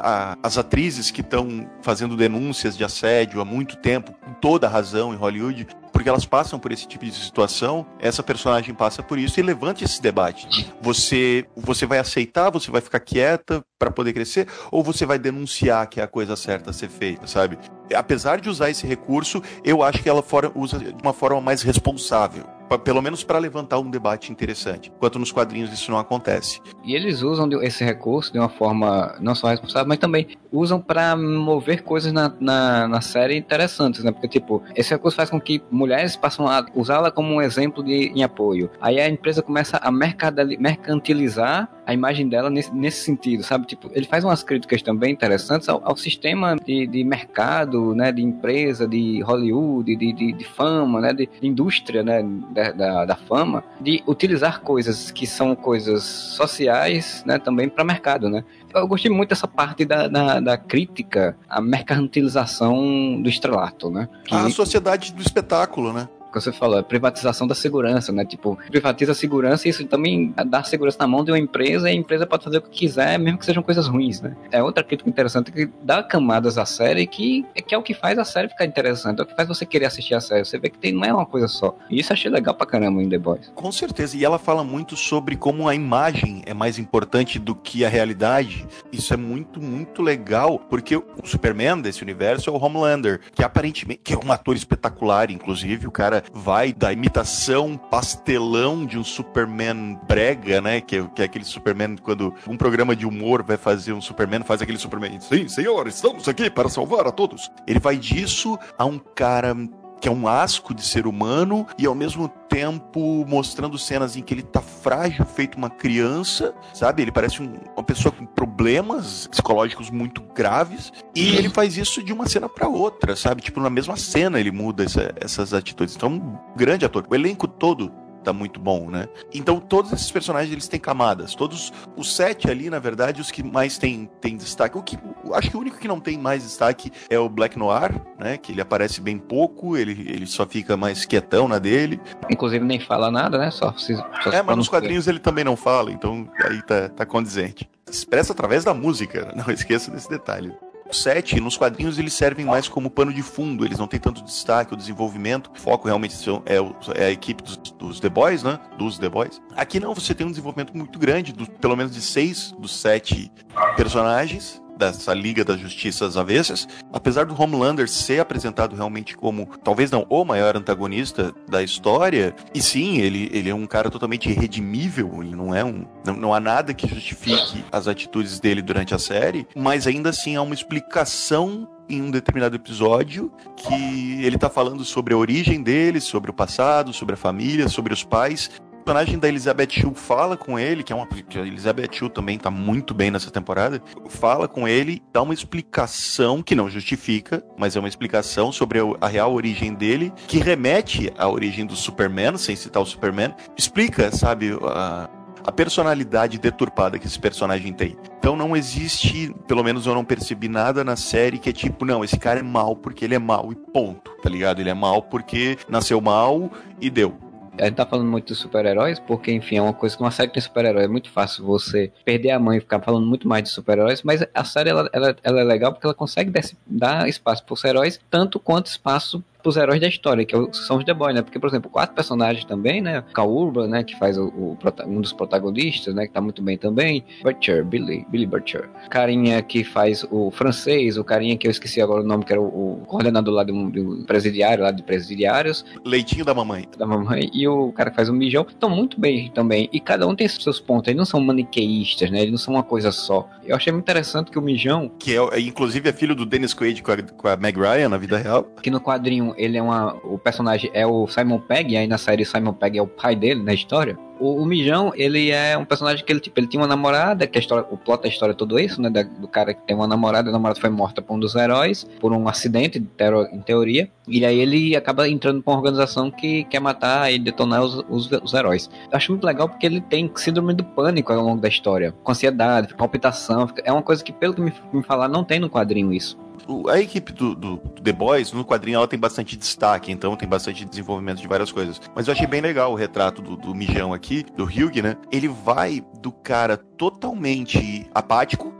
as atrizes que estão fazendo denúncias de assédio há muito tempo, com toda a razão em Hollywood, porque elas passam por esse tipo de situação, essa personagem passa por isso e levanta esse debate. Você, você vai aceitar, você vai ficar quieta para poder crescer, ou você vai denunciar que é a coisa certa a ser feita, sabe? Apesar de usar esse recurso, eu acho que ela fora, usa de uma forma mais responsável. Pelo menos para levantar um debate interessante. Enquanto nos quadrinhos isso não acontece. E eles usam esse recurso de uma forma não só responsável, mas também usam para mover coisas na, na, na série interessantes, né? Porque, tipo, esse recurso faz com que mulheres passem a usá-la como um exemplo de, em apoio. Aí a empresa começa a mercantilizar a imagem dela nesse, nesse sentido, sabe? Tipo, ele faz umas críticas também interessantes ao, ao sistema de, de mercado, né? De empresa, de Hollywood, de, de, de fama, né? De, de indústria, né? Da, da, da fama, de utilizar coisas que são coisas sociais, né, também para mercado, né? Eu gostei muito dessa parte da, da, da crítica à mercantilização do estrelato, né? Que... A sociedade do espetáculo, né? Que você falou, é privatização da segurança, né? Tipo, privatiza a segurança e isso também dá segurança na mão de uma empresa e a empresa pode fazer o que quiser, mesmo que sejam coisas ruins, né? É outra crítica interessante que dá camadas à série que, que é o que faz a série ficar interessante, é o que faz você querer assistir a série. Você vê que tem, não é uma coisa só. E isso eu achei legal pra caramba em The Boys. Com certeza, e ela fala muito sobre como a imagem é mais importante do que a realidade. Isso é muito, muito legal, porque o Superman desse universo é o Homelander, que aparentemente que é um ator espetacular, inclusive, o cara vai da imitação pastelão de um Superman brega, né? Que é, que é aquele Superman quando um programa de humor vai fazer um Superman, faz aquele Superman. Sim, senhor, estamos aqui para salvar a todos. Ele vai disso a um cara que é um asco de ser humano e ao mesmo tempo mostrando cenas em que ele tá frágil, feito uma criança, sabe? Ele parece um, uma pessoa com problemas psicológicos muito graves e ele faz isso de uma cena pra outra, sabe? Tipo, na mesma cena ele muda essa, essas atitudes. Então, um grande ator. O elenco todo tá muito bom, né? Então, todos esses personagens, eles têm camadas. Todos, os sete ali, na verdade, os que mais têm, têm destaque. O que, acho que o único que não tem mais destaque é o Black Noir, né? Que ele aparece bem pouco, ele, ele só fica mais quietão na dele. Inclusive, nem fala nada, né? Só, só é, mas nos quadrinhos ele também não fala, então aí tá, tá condizente. Expressa através da música, não esqueça desse detalhe. O sete, nos quadrinhos, eles servem mais como pano de fundo, eles não têm tanto destaque, o desenvolvimento, o foco realmente é, o, é a equipe dos, dos The Boys, né? Dos The Boys. Aqui não, você tem um desenvolvimento muito grande, do, pelo menos de seis dos sete personagens dessa Liga da Justiça às Avessas. Apesar do Homelander ser apresentado realmente como, talvez não o maior antagonista da história, e sim, ele, ele é um cara totalmente irredimível, ele não é um... Não, não há nada que justifique as atitudes dele durante a série, mas ainda assim há uma explicação em um determinado episódio que ele tá falando sobre a origem dele, sobre o passado, sobre a família, sobre os pais. O personagem da Elizabeth Shue fala com ele, que é uma que a Elizabeth Shue também tá muito bem nessa temporada, fala com ele, dá uma explicação que não justifica, mas é uma explicação sobre a, a real origem dele, que remete à origem do Superman, sem citar o Superman, explica, sabe, a, a personalidade deturpada que esse personagem tem. Então não existe, pelo menos eu não percebi nada na série que é tipo, não, esse cara é mal porque ele é mal e ponto, tá ligado? Ele é mal porque nasceu mal e deu. A gente tá falando muito dos super-heróis, porque, enfim, é uma coisa que uma série que tem super-herói é muito fácil você perder a mão e ficar falando muito mais de super-heróis, mas a série, ela, ela, ela é legal porque ela consegue dar espaço pros heróis, tanto quanto espaço os heróis da história, que são os The Boys, né? Porque, por exemplo, quatro personagens também, né? Cal Urban, né? Que faz o, o, um dos protagonistas, né? Que tá muito bem também. Butcher, Billy, Billy Butcher. Carinha que faz o francês, o carinha que eu esqueci agora o nome, que era o, o coordenador lá do, do presidiário, lá de presidiários. Leitinho da mamãe. Da mamãe. E o cara que faz o Mijão. Estão muito bem também. E cada um tem seus pontos. Eles não são maniqueístas, né? Eles não são uma coisa só. Eu achei muito interessante que o Mijão... Que é, inclusive, é filho do Dennis Quaid com a, com a Meg Ryan na vida real. Que no quadrinho ele é uma... O personagem é o Simon Pegg, e aí na série Simon Pegg é o pai dele na história. O, o Mijão, ele é um personagem que ele, tipo, ele tinha uma namorada, que a história, o plot da história é todo isso, né? Da, do cara que tem uma namorada, a namorada foi morta por um dos heróis, por um acidente, em teoria. E aí ele acaba entrando pra uma organização que quer matar e detonar os, os, os heróis. Eu acho muito legal porque ele tem síndrome do pânico ao longo da história, com ansiedade, palpitação. É uma coisa que, pelo que me, me falar, não tem no quadrinho isso. A equipe do, do, do The Boys, no quadrinho, ela tem bastante destaque, então tem bastante desenvolvimento de várias coisas. Mas eu achei bem legal o retrato do, do Mijão aqui, do Hugh, né? Ele vai do cara totalmente apático,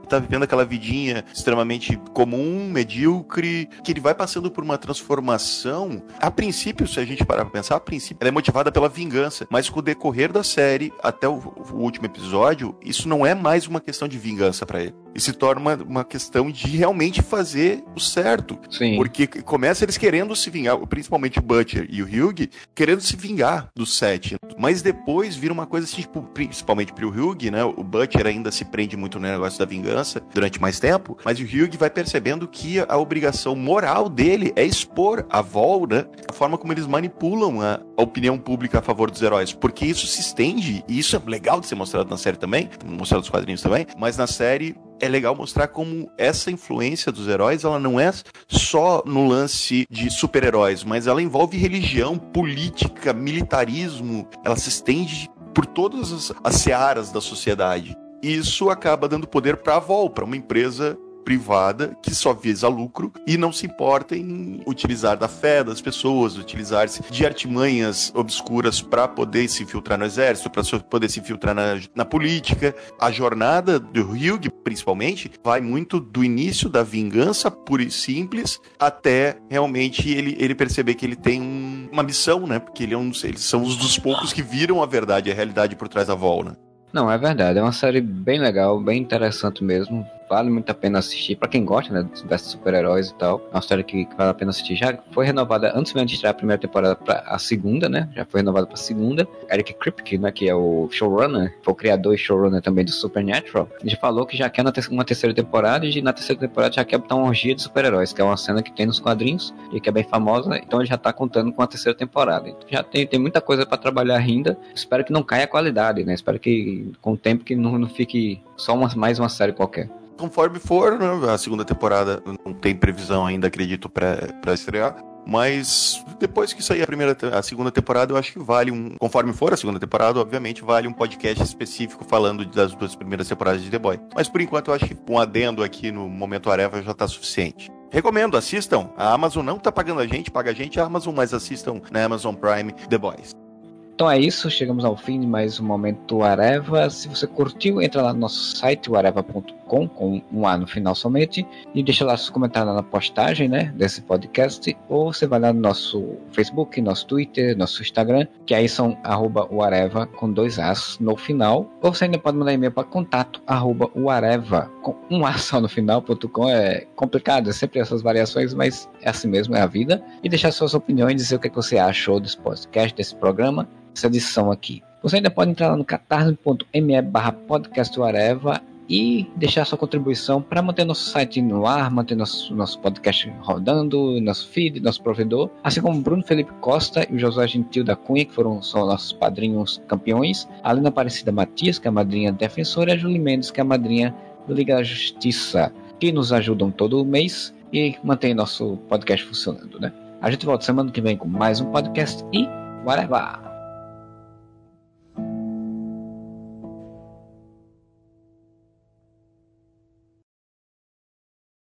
tá vivendo aquela vidinha extremamente comum, medíocre, que ele vai passando por uma transformação. A princípio, se a gente parar pra pensar, a princípio, ela é motivada pela vingança, mas com o decorrer da série, até o, o último episódio, isso não é mais uma questão de vingança pra ele. E se torna uma, uma questão de realmente fazer o certo. Sim. Porque começa eles querendo se vingar, principalmente o Butcher e o Hugh, querendo se vingar do Seth. Mas depois vira uma coisa assim, tipo, principalmente pro Hugh, né? O Butcher ainda se prende muito no negócio da vingança durante mais tempo, mas o Hugh vai percebendo que a obrigação moral dele é expor a Vol, né? A forma como eles manipulam a, a opinião pública a favor dos heróis. Porque isso se estende, e isso é legal de ser mostrado na série também, mostrado nos quadrinhos também, mas na série é legal mostrar como essa influência dos heróis, ela não é só no lance de super-heróis, mas ela envolve religião, política, militarismo, ela se estende por todas as, as searas da sociedade. Isso acaba dando poder para a Vol, para uma empresa privada que só visa lucro e não se importa em utilizar da fé das pessoas, utilizar-se de artimanhas obscuras para poder se infiltrar no exército, para poder se infiltrar na, na política. A jornada do Hugh, principalmente, vai muito do início da vingança pura e simples até realmente ele, ele perceber que ele tem um, uma missão, né? Porque ele é um, eles são os dos poucos que viram a verdade, a realidade por trás da Vol, né? Não, é verdade. É uma série bem legal, bem interessante mesmo. Vale muito a pena assistir. Pra quem gosta, né, desses super-heróis e tal. É uma série que, que vale a pena assistir. Já foi renovada antes mesmo de estrear a primeira temporada pra a segunda, né? Já foi renovada pra segunda. Eric Kripke, né, que é o showrunner, foi o criador e showrunner também do Supernatural. Ele já falou que já quer uma terceira temporada e na terceira temporada já quer botar uma orgia de super-heróis, que é uma cena que tem nos quadrinhos e que é bem famosa. Então ele já tá contando com a terceira temporada. Então já tem, tem muita coisa pra trabalhar ainda. Espero que não caia a qualidade, né? Espero que com o tempo que não, não fique só uma, mais uma série qualquer. Conforme for, né, a segunda temporada não tem previsão ainda, acredito, pra, pra estrear. Mas depois que sair a primeira, a segunda temporada, eu acho que vale um... Conforme for a segunda temporada, obviamente, vale um podcast específico falando das duas primeiras temporadas de The Boys. Mas por enquanto eu acho que um adendo aqui no Momento Areva já tá suficiente. Recomendo, assistam. A Amazon não tá pagando a gente, paga a gente a Amazon, mas assistam na Amazon Prime The Boys. Então é isso, chegamos ao fim de mais um Momento Areva. Se você curtiu, entra lá no nosso site, o areva ponto com, com um A no final somente, e deixa lá seus comentários na postagem, né, desse podcast, ou você vai lá no nosso Facebook, nosso Twitter, nosso Instagram, que aí são arroba o Areva com dois As no final, ou você ainda pode mandar e-mail para contato arroba o Areva com um A só no final, ponto com. É complicado, é sempre essas variações, mas é assim mesmo, é a vida, e deixar suas opiniões, dizer o que você achou desse podcast, desse programa, essa edição aqui. Você ainda pode entrar lá no catarse.me barra podcast Areva e deixar sua contribuição para manter nosso site no ar, manter nosso, nosso podcast rodando, nosso feed, nosso provedor, assim como Bruno Felipe Costa e o Josué Gentil da Cunha, que foram são nossos padrinhos campeões, a Helena Aparecida Matias, que é a madrinha defensora, e a Julie Mendes, que é a madrinha do Liga da Justiça, que nos ajudam todo mês e mantém nosso podcast funcionando, né? A gente volta semana que vem com mais um podcast e whatever!